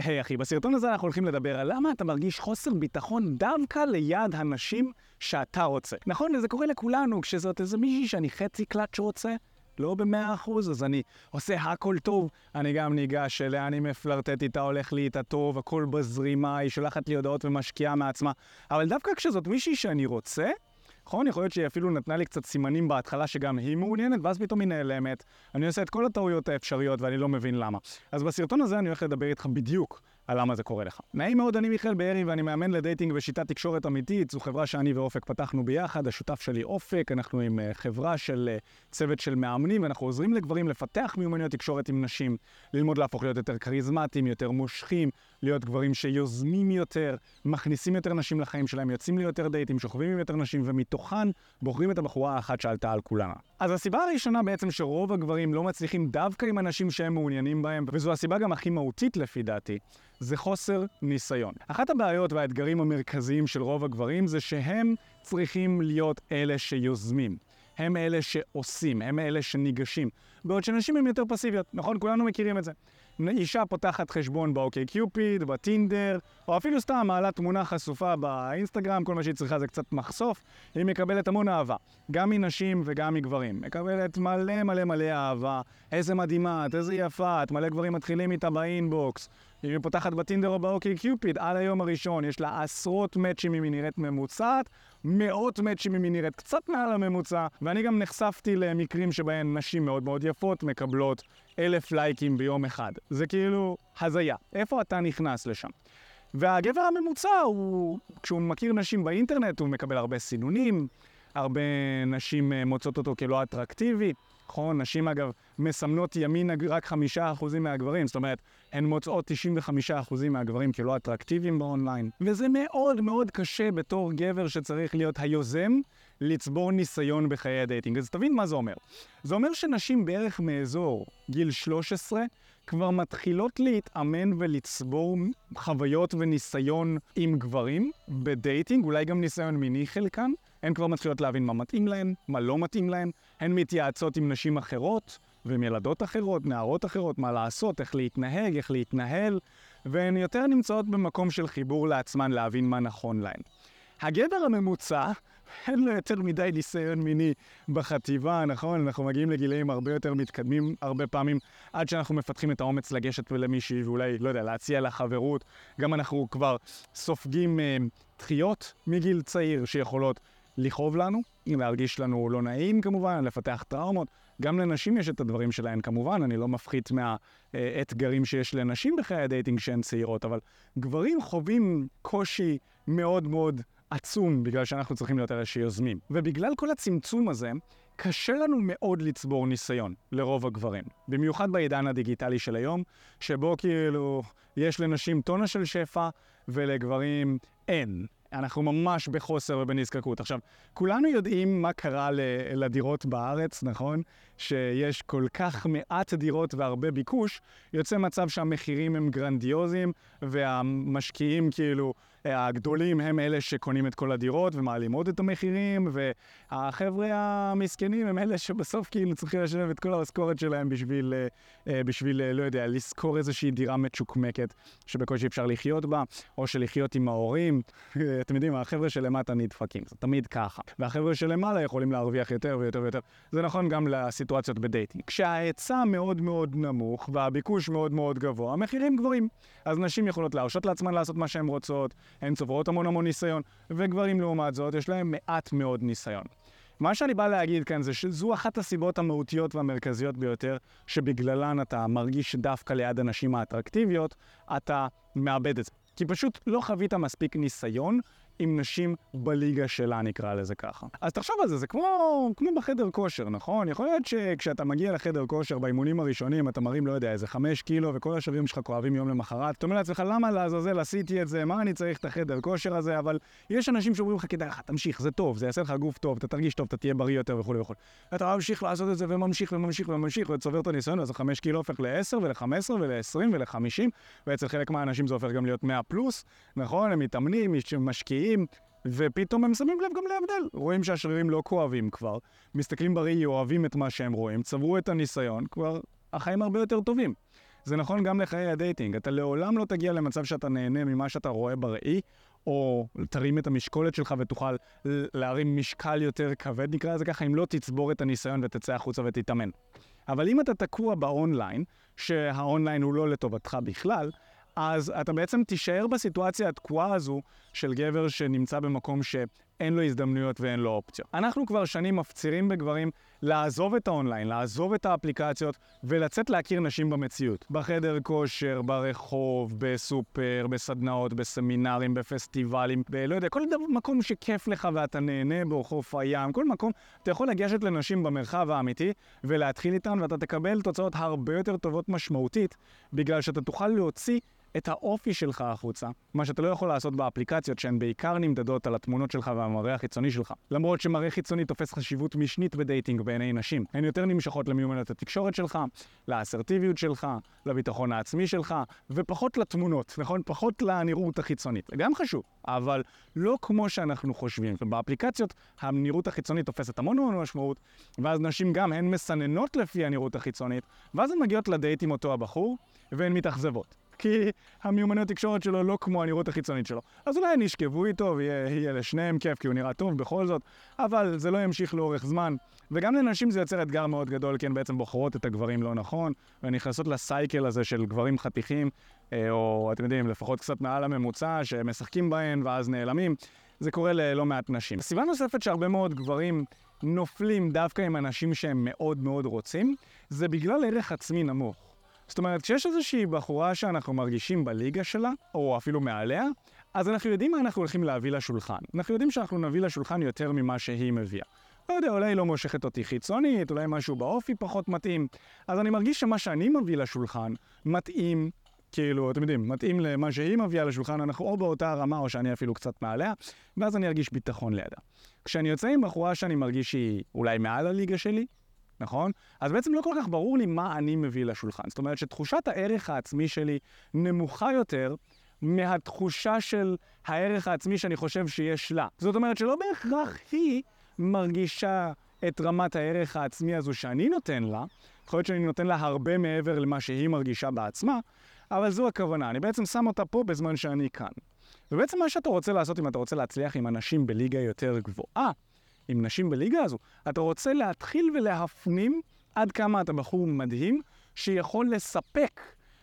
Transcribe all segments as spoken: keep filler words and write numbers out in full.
היי אחי, בסרטון הזה אנחנו הולכים לדבר על למה אתה מרגיש חוסר ביטחון דווקא ליד הנשים שאתה רוצה. נכון, זה קורה לכולנו, כשזאת איזה מישהי שאני חצי קלאץ' רוצה, לא במאה אחוז, אז אני עושה הכל טוב, אני גם ניגש אליה, אני מפלרטט איתה, הולך לי איתה טוב, הכל בזרימה, היא שולחת לי הודעות ומשקיעה מעצמה. אבל דווקא כשזאת מישהי שאני רוצה, נכון, יכול להיות שהיא אפילו נתנה לי קצת סימנים בהתחלה שגם היא מעוניינת, ואז פתאום היא נעלמת. אני עושה את כל הטעויות האפשריות ואני לא מבין למה. אז בסרטון הזה אני הולך לדבר איתך בדיוק על למה זה קורה לך. נעים מאוד, אני מיכאל בארי ואני מאמן לדייטינג בשיטת תקשורת אמיתית. זו חברה שאני ואופק פתחנו ביחד, השותף שלי אופק, אנחנו עם חברה של צוות של מאמנים, ואנחנו עוזרים לגברים לפתח מיומנויות תקשורת עם נשים, ללמוד להפוך להיות יותר קריזמטיים, יותר מושכים, להיות גברים שיוזמים יותר, מכניסים יותר נשים לחיים שלהם, יוצאים ליותר דייטים, שוכבים עם יותר נשים, ומתוכן בוחרים את הבחורה האחת שעלתה על כולנה. אז הסיבה הראשונה בעצם שרוב הגברים לא מצליחים דווקא עם אנשים שהם מעוניינים בהם, וזו הסיבה גם הכי מהותית לפי דעתי, זה חוסר ניסיון. אחת הבעיות והאתגרים המרכזיים של רוב הגברים זה שהם צריכים להיות אלה שיוזמים. הם אלה שעושים, הם אלה שניגשים. בעוד שנשים הם יותר פסיביות, נכון? כולנו מכירים את זה. אישה פותחת חשבון באוקיי קיופיד, בטינדר, או אפילו סתם מעלה תמונה חשופה באינסטגרם, כל מה שהיא צריכה זה קצת מחשוף, היא מקבלת המון אהבה, גם מנשים וגם מגברים. מקבלת מלא מלא מלא אהבה, איזה מדהימה, איזה יפה, את מלא גברים מתחילים איתה באינבוקס. היא פותחת בטינדר או באוקיי קיופיד, על היום הראשון יש לה עשרות מאצ'ים אם היא נראית ממוצעת, מאות מאצ'ים אם היא נראית קצת מעל הממוצע, ואני גם נחשפתי למקרים שבהן נשים מאוד מאוד יפות מקבלות אלף לייקים ביום אחד. זה כאילו הזיה. איפה אתה נכנס לשם? והגבר הממוצע, הוא, כשהוא מכיר נשים באינטרנט, הוא מקבל הרבה סינונים, הרבה נשים מוצאות אותו כלא אטרקטיבי. נכון, נשים אגב מסמנות ימין רק חמישה אחוזים מהגברים, זאת אומרת, הן מוצאות תשעים וחמישה אחוזים מהגברים כלא אטרקטיביים באונליין. וזה מאוד מאוד קשה בתור גבר שצריך להיות היוזם, לצבור ניסיון בחיי הדייטינג. אז תבין מה זה אומר. זה אומר שנשים בערך מאזור גיל שלוש עשרה כבר מתחילות להתאמן ולצבור חוויות וניסיון עם גברים בדייטינג, אולי גם ניסיון מיני חלקן. הן כבר מתחילות להבין מה מתאים להן, מה לא מתאים להן. הן מתייעצות עם נשים אחרות ועם ילדות אחרות, נערות אחרות, מה לעשות, איך להתנהג, איך להתנהל, והן יותר נמצאות במקום של חיבור לעצמן להבין מה נכון להן. הגבר הממוצע, אין לו יותר מדי ניסיון מיני בחטיבה, נכון? אנחנו מגיעים לגילאים הרבה יותר מתקדמים הרבה פעמים, עד שאנחנו מפתחים את האומץ לגשת למישהי, ואולי, לא יודע, להציע לה חברות. גם אנחנו כבר סופגים אה, דחיות מגיל צעיר שיכולות לכאוב לנו, להרגיש לנו לא נעים כמובן, לפתח טראומות. גם לנשים יש את הדברים שלהן כמובן, אני לא מפחית מהאתגרים שיש לנשים בחיי הדייטינג שהן צעירות, אבל גברים חווים קושי מאוד מאוד עצום בגלל שאנחנו צריכים להיות אלה שיוזמים. ובגלל כל הצמצום הזה, קשה לנו מאוד לצבור ניסיון לרוב הגברים. במיוחד בעידן הדיגיטלי של היום, שבו כאילו יש לנשים טונה של שפע ולגברים אין. אנחנו ממש בחוסר ובנזקקות. עכשיו, כולנו יודעים מה קרה לדירות בארץ, נכון? שיש כל כך מעט דירות והרבה ביקוש, יוצא מצב שהמחירים הם גרנדיוזיים, והמשקיעים כאילו הגדולים הם אלה שקונים את כל הדירות ומעלים עוד את המחירים, והחבר'ה המסכנים הם אלה שבסוף כאילו צריכים לשלם את כל המשכורת שלהם בשביל, בשביל, לא יודע, לזכור איזושהי דירה מצ'וקמקת שבקושי אפשר לחיות בה, או שלחיות עם ההורים. אתם יודעים, החבר'ה שלמטה נדפקים, זה תמיד ככה. והחבר'ה שלמעלה יכולים להרוויח יותר ויותר ויותר. זה נכון גם לסיטואציות בדייטינג. כשההיצע מאוד מאוד נמוך והביקוש מאוד מאוד גבוה, המחירים גבוהים. אז נשים יכולות להרשות לעצמן לעשות מה שהן רוצות, הן צוברות המון המון ניסיון, וגברים לעומת זאת יש להם מעט מאוד ניסיון. מה שאני בא להגיד כאן זה שזו אחת הסיבות המהותיות והמרכזיות ביותר, שבגללן אתה מרגיש דווקא ליד הנשים האטרקטיביות, אתה מאבד את זה. כי פשוט לא חווית מספיק ניסיון עם נשים בליגה שלה, נקרא לזה ככה. אז תחשוב על זה, זה כמו, כמו בחדר כושר, נכון? יכול להיות שכשאתה מגיע לחדר כושר באימונים הראשונים, אתה מרים, לא יודע, איזה חמש קילו, וכל השרירים שלך כואבים יום למחרת. אתה אומר לעצמך, למה לעזאזל עשיתי את זה? מה אני צריך את החדר כושר הזה? אבל יש אנשים שאומרים לך, כדאי לך, תמשיך, זה טוב, זה יעשה לך גוף טוב, אתה תרגיש טוב, אתה תהיה בריא יותר וכו' וכו'. אתה ממשיך לעשות את זה וממשיך וממשיך וממשיך, וצובר את הניסיון, אז החמש קילו הופך ל-עשר ול-חמש עשרה ול-עשרים ול-חמישים, ואצל חלק מהאנשים זה הופך גם להיות מאה פלוס, נכון? הם מתאמנים, משקיעים, ופתאום הם שמים לב גם להבדל. רואים שהשרירים לא כואבים כבר, מסתכלים בראי, אוהבים את מה שהם רואים, צברו את הניסיון, כבר החיים הרבה יותר טובים. זה נכון גם לחיי הדייטינג. אתה לעולם לא תגיע למצב שאתה נהנה ממה שאתה רואה בראי, או תרים את המשקולת שלך ותוכל להרים משקל יותר כבד, נקרא לזה ככה, אם לא תצבור את הניסיון ותצא החוצה ותתאמן. אבל אם אתה תקוע באונליין, שהאונליין הוא לא לטובתך בכלל, אז אתה בעצם תישאר בסיטואציה התקועה הזו של גבר שנמצא במקום שאין לו הזדמנויות ואין לו אופציות. אנחנו כבר שנים מפצירים בגברים לעזוב את האונליין, לעזוב את האפליקציות ולצאת להכיר נשים במציאות. בחדר כושר, ברחוב, בסופר, בסדנאות, בסמינרים, בפסטיבלים, ולא יודע, כל דבר, מקום שכיף לך ואתה נהנה בו, חוף הים, כל מקום, אתה יכול לגשת לנשים במרחב האמיתי ולהתחיל איתן, ואתה תקבל תוצאות הרבה יותר טובות משמעותית, בגלל שאתה תוכל להוציא את האופי שלך החוצה, מה שאתה לא יכול לעשות באפליקציות שהן בעיקר נמדדות על התמונות שלך והמראה החיצוני שלך. למרות שמראה חיצוני תופס חשיבות משנית בדייטינג בעיני נשים. הן יותר נמשכות למיומנות התקשורת שלך, לאסרטיביות שלך, לביטחון העצמי שלך, ופחות לתמונות, נכון? פחות לנראות החיצונית. זה גם חשוב, אבל לא כמו שאנחנו חושבים. ובאפליקציות הנראות החיצונית תופסת המון המון משמעות, ואז נשים גם הן מסננות לפי הנראות החיצונית, ואז הן מגיעות לדייט עם אותו הבחור, והן מתאכזבות. כי המיומנויות תקשורת שלו לא כמו הנראות החיצונית שלו. אז אולי נשכבו איתו ויהיה לשניהם כיף, כי הוא נראה טוב בכל זאת, אבל זה לא ימשיך לאורך זמן. וגם לנשים זה יוצר אתגר מאוד גדול, כי הן בעצם בוחרות את הגברים לא נכון, ונכנסות לסייקל הזה של גברים חתיכים, או אתם יודעים, לפחות קצת מעל הממוצע, שמשחקים בהן ואז נעלמים. זה קורה ללא מעט נשים. סיבה נוספת שהרבה מאוד גברים נופלים דווקא עם אנשים שהם מאוד מאוד רוצים, זה בגלל ערך עצמי נמוך. זאת אומרת, כשיש איזושהי בחורה שאנחנו מרגישים בליגה שלה, או אפילו מעליה, אז אנחנו יודעים מה אנחנו הולכים להביא לשולחן. אנחנו יודעים שאנחנו נביא לשולחן יותר ממה שהיא מביאה. לא יודע, אולי לא מושכת אותי חיצונית, אולי משהו באופי פחות מתאים. אז אני מרגיש שמה שאני מביא לשולחן מתאים, כאילו, אתם יודעים, מתאים למה שהיא מביאה לשולחן, אנחנו או באותה רמה או שאני אפילו קצת מעליה, ואז אני ארגיש ביטחון לידה. כשאני יוצא עם בחורה שאני מרגיש שהיא אולי מעל הליגה שלי, נכון? אז בעצם לא כל כך ברור לי מה אני מביא לשולחן. זאת אומרת שתחושת הערך העצמי שלי נמוכה יותר מהתחושה של הערך העצמי שאני חושב שיש לה. זאת אומרת שלא בהכרח היא מרגישה את רמת הערך העצמי הזו שאני נותן לה. יכול להיות שאני נותן לה הרבה מעבר למה שהיא מרגישה בעצמה, אבל זו הכוונה. אני בעצם שם אותה פה בזמן שאני כאן. ובעצם מה שאתה רוצה לעשות אם אתה רוצה להצליח עם אנשים בליגה יותר גבוהה, עם נשים בליגה הזו, אתה רוצה להתחיל ולהפנים עד כמה אתה בחור מדהים שיכול לספק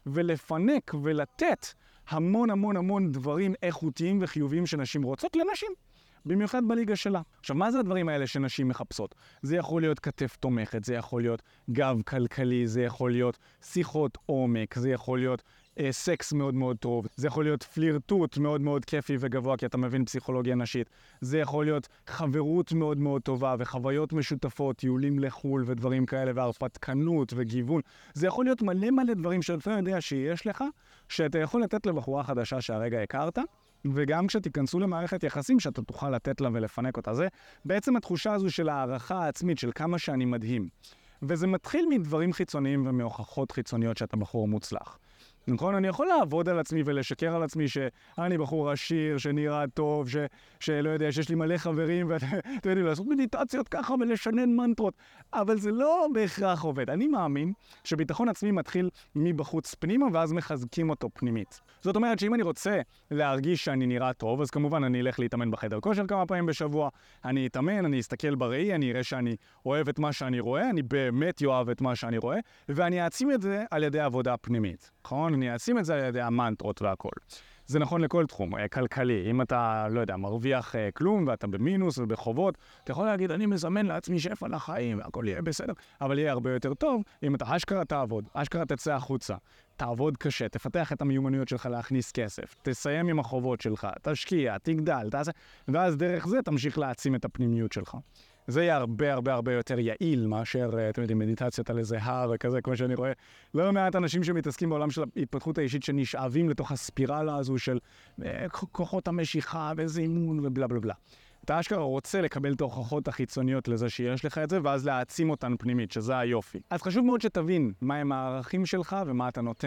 ולפנק ולתת המון המון המון דברים איכותיים וחיוביים שנשים רוצות לנשים, במיוחד בליגה שלה. עכשיו, מה זה הדברים האלה שנשים מחפשות? זה יכול להיות כתף תומכת, זה יכול להיות גב כלכלי, זה יכול להיות שיחות עומק, זה יכול להיות אה, סקס מאוד מאוד טוב, זה יכול להיות פלירטוט מאוד מאוד כיפי וגבוה, כי אתה מבין פסיכולוגיה נשית, זה יכול להיות חברות מאוד מאוד טובה וחוויות משותפות, טיולים לחול ודברים כאלה, והרפתקנות וגיוון. זה יכול להיות מלא מלא דברים שאתה יודע שיש לך, שאתה יכול לתת לבחורה חדשה שהרגע הכרת, וגם כשתיכנסו למערכת יחסים שאתה תוכל לתת לה ולפנק אותה. זה בעצם התחושה הזו של הערכה העצמית, של כמה שאני מדהים. וזה מתחיל מדברים חיצוניים ומהוכחות חיצוניות שאתה בחור מוצלח. נכון? אני יכול לעבוד על עצמי ולשקר על עצמי שאני בחור עשיר, שנראה טוב, ש... שלא יודע, שיש לי מלא חברים, ואתם יודעים, לעשות מדיטציות ככה ולשנן מנטרות, אבל זה לא בהכרח עובד. אני מאמין שביטחון עצמי מתחיל מבחוץ פנימה, ואז מחזקים אותו פנימית. זאת אומרת שאם אני רוצה להרגיש שאני נראה טוב, אז כמובן אני אלך להתאמן בחדר כושר כמה פעמים בשבוע, אני אתאמן, אני אסתכל בראי, אני אראה שאני אוהב את מה שאני רואה, אני באמת אוהב את מה שאני רואה, ואני אעצים את זה על ידי עבודה פנימית. נכון? אני אעצים את זה על ידי המנטרות והכל. זה נכון לכל תחום, כלכלי. אם אתה, לא יודע, מרוויח כלום ואתה במינוס ובחובות, אתה יכול להגיד, אני מזמן לעצמי שפע לחיים והכל יהיה בסדר, אבל יהיה הרבה יותר טוב אם אתה אשכרה תעבוד, אשכרה תצא החוצה, תעבוד קשה, תפתח את המיומנויות שלך להכניס כסף, תסיים עם החובות שלך, תשקיע, תגדל, תעשה, ואז דרך זה תמשיך להעצים את הפנימיות שלך. זה יהיה הרבה הרבה הרבה יותר יעיל מאשר, אתם יודעים, מדיטציות על איזה הר וכזה, כמו שאני רואה. לא מעט אנשים שמתעסקים בעולם של ההתפתחות האישית שנשאבים לתוך הספירלה הזו של אה, כוחות המשיכה ואיזה אימון ובלה בלה בלה. אתה אשכרה רוצה לקבל את ההוכחות החיצוניות לזה שיש לך את זה, ואז להעצים אותן פנימית, שזה היופי. אז חשוב מאוד שתבין מהם הערכים שלך ומה אתה נותן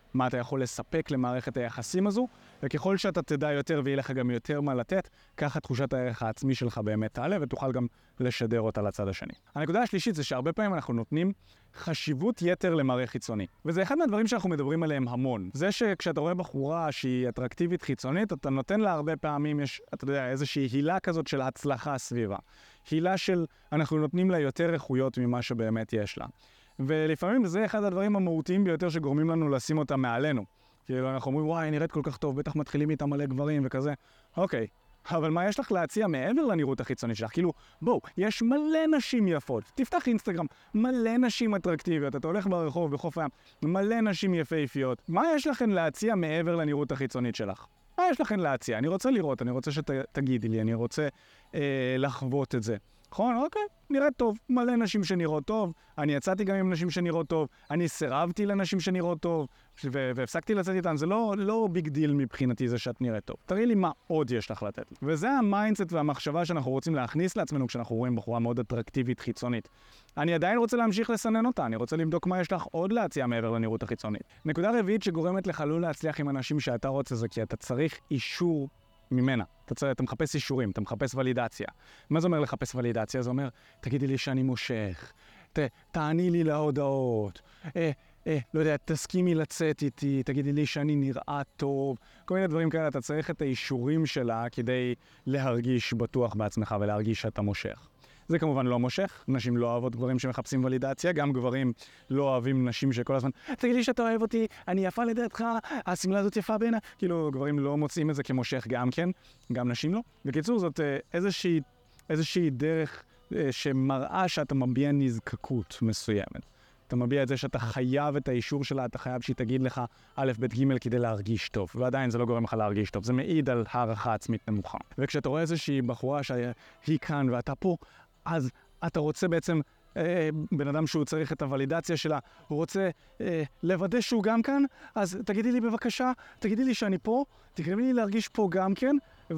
מה אתה יכול לספק למערכת היחסים הזו, וככל שאתה תדע יותר ויהיה לך גם יותר מה לתת, ככה תחושת הערך העצמי שלך באמת תעלה, ותוכל גם לשדר אותה לצד השני. הנקודה השלישית זה שהרבה פעמים אנחנו נותנים חשיבות יתר למראה חיצוני. וזה אחד מהדברים שאנחנו מדברים עליהם המון. זה שכשאתה רואה בחורה שהיא אטרקטיבית חיצונית, אתה נותן לה הרבה פעמים, יש, אתה יודע, איזושהי הילה כזאת של הצלחה סביבה. הילה של אנחנו נותנים לה יותר איכויות ממה שבאמת יש לה. ולפעמים זה אחד הדברים המהותיים ביותר שגורמים לנו לשים אותה מעלינו. כאילו אנחנו אומרים, וואי, נראית כל כך טוב, בטח מתחילים איתה מלא גברים וכזה. אוקיי, אבל מה יש לך להציע מעבר לנראות החיצונית שלך? כאילו, בואו, יש מלא נשים יפות. תפתח אינסטגרם, מלא נשים אטרקטיביות. אתה הולך ברחוב, בחוף הים, מלא נשים יפהפיות. מה יש לכן להציע מעבר לנראות החיצונית שלך? מה יש לכן להציע? אני רוצה לראות, אני רוצה שתגידי לי, אני רוצה אה, לחוות את זה. נכון? אוקיי, נראית טוב. מלא נשים שנראות טוב. אני יצאתי גם עם נשים שנראות טוב. אני סירבתי לנשים שנראות טוב, ו- והפסקתי לצאת איתן. זה לא, לא ביג דיל מבחינתי זה שאת נראית טוב. תראי לי מה עוד יש לך לתת. וזה המיינדסט והמחשבה שאנחנו רוצים להכניס לעצמנו כשאנחנו רואים בחורה מאוד אטרקטיבית חיצונית. אני עדיין רוצה להמשיך לסנן אותה. אני רוצה לבדוק מה יש לך עוד להציע מעבר לנראות החיצונית. נקודה רביעית שגורמת לך לא להצליח עם אנשים שאתה רוצה זה כי אתה צריך אישור ממנה. אתה, צריך, אתה מחפש אישורים, אתה מחפש ולידציה. מה זה אומר לחפש ולידציה? זה אומר, תגידי לי שאני מושך, ת, תעני לי להודעות, אה, אה, לא יודע, תסכימי לצאת איתי, תגידי לי שאני נראה טוב, כל מיני דברים כאלה. אתה צריך את האישורים שלה כדי להרגיש בטוח בעצמך ולהרגיש שאתה מושך. זה כמובן לא מושך, נשים לא אוהבות גברים שמחפשים ולידציה, גם גברים לא אוהבים נשים שכל הזמן, תגיד לי שאתה אוהב אותי, אני יפה לדעתך, הסמלה הזאת יפה בעינה, כאילו גברים לא מוצאים את זה כמושך גם כן, גם נשים לא. בקיצור, זאת איזושהי, איזושהי דרך שמראה שאתה מביע נזקקות מסוימת. אתה מביע את זה שאתה חייב את האישור שלה, אתה חייב שהיא תגיד לך א', ב', ג' כדי להרגיש טוב, ועדיין זה לא גורם לך להרגיש טוב, זה מעיד על הערכה עצמית נמוכה. וכשאתה רואה איזושהי בחורה שהיא כאן ואתה פה, אז אתה רוצה בעצם, אה, בן אדם שהוא צריך את הוולידציה שלה, הוא רוצה אה, לוודא שהוא גם כאן, אז תגידי לי בבקשה, תגידי לי שאני פה, תגידי לי להרגיש פה גם כן,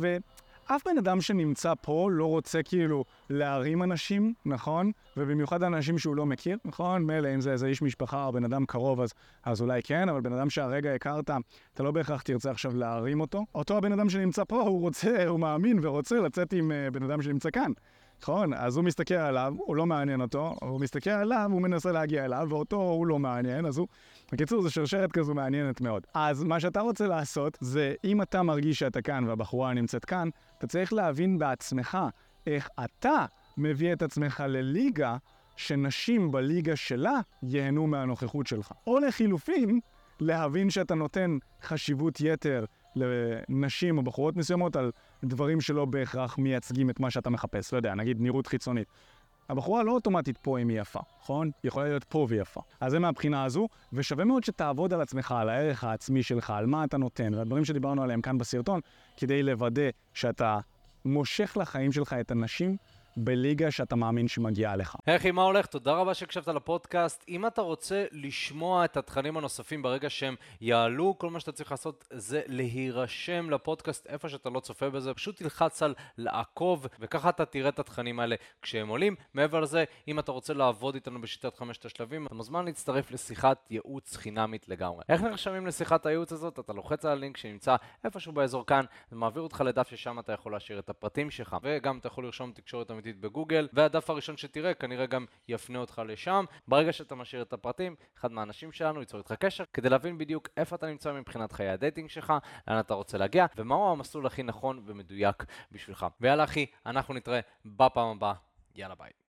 ואף בן אדם שנמצא פה לא רוצה כאילו להרים אנשים, נכון? ובמיוחד אנשים שהוא לא מכיר, נכון? מילא אם זה איזה איש משפחה או בן אדם קרוב, אז, אז אולי כן, אבל בן אדם שהרגע הכרת, אתה לא בהכרח תרצה עכשיו להרים אותו. אותו הבן אדם שנמצא פה, הוא רוצה, הוא מאמין ורוצה לצאת עם uh, בן אדם שנמצא כאן. נכון? אז הוא מסתכל עליו, הוא לא מעניין אותו, הוא מסתכל עליו, הוא מנסה להגיע אליו, ואותו הוא לא מעניין, אז הוא... בקיצור, זו שרשרת כזו מעניינת מאוד. אז מה שאתה רוצה לעשות, זה אם אתה מרגיש שאתה כאן והבחורה נמצאת כאן, אתה צריך להבין בעצמך איך אתה מביא את עצמך לליגה שנשים בליגה שלה ייהנו מהנוכחות שלך. או לחילופין, להבין שאתה נותן חשיבות יתר לנשים או בחורות מסוימות על דברים שלא בהכרח מייצגים את מה שאתה מחפש. לא יודע, נגיד נראות חיצונית. הבחורה לא אוטומטית פה אם היא יפה, נכון? היא יכולה להיות פה ויפה. אז זה מהבחינה הזו, ושווה מאוד שתעבוד על עצמך, על הערך העצמי שלך, על מה אתה נותן, והדברים שדיברנו עליהם כאן בסרטון, כדי לוודא שאתה מושך לחיים שלך את הנשים בליגה שאתה מאמין שמגיעה לך. היי, מה הולך? תודה רבה שהקשבת לפודקאסט. אם אתה רוצה לשמוע את התכנים הנוספים ברגע שהם יעלו, כל מה שאתה צריך לעשות זה להירשם לפודקאסט איפה שאתה לא צופה בזה. פשוט תלחץ על לעקוב, וככה אתה תראה את התכנים האלה כשהם עולים. מעבר לזה, אם אתה רוצה לעבוד איתנו בשיטת חמשת השלבים, אתה מוזמן להצטרף לשיחת ייעוץ חינמית לגמרי. איך נרשמים לשיחת הייעוץ הזאת? אתה לוחץ על הלינק שנמצא איפשהו באזור כאן, זה מעביר אותך לדף ששם אתה יכול להשאיר את הפרטים שלך, וגם אתה יכול לרשום תקשורת אמיתית בגוגל, והדף הראשון שתראה כנראה גם יפנה אותך לשם. ברגע שאתה משאיר את הפרטים, אחד מהאנשים שלנו ייצור איתך קשר כדי להבין בדיוק איפה אתה נמצא מבחינת חיי הדייטינג שלך, לאן אתה רוצה להגיע, ומהו המסלול הכי נכון ומדויק בשבילך. ויאללה אחי, אנחנו נתראה בפעם הבאה. יאללה ביי.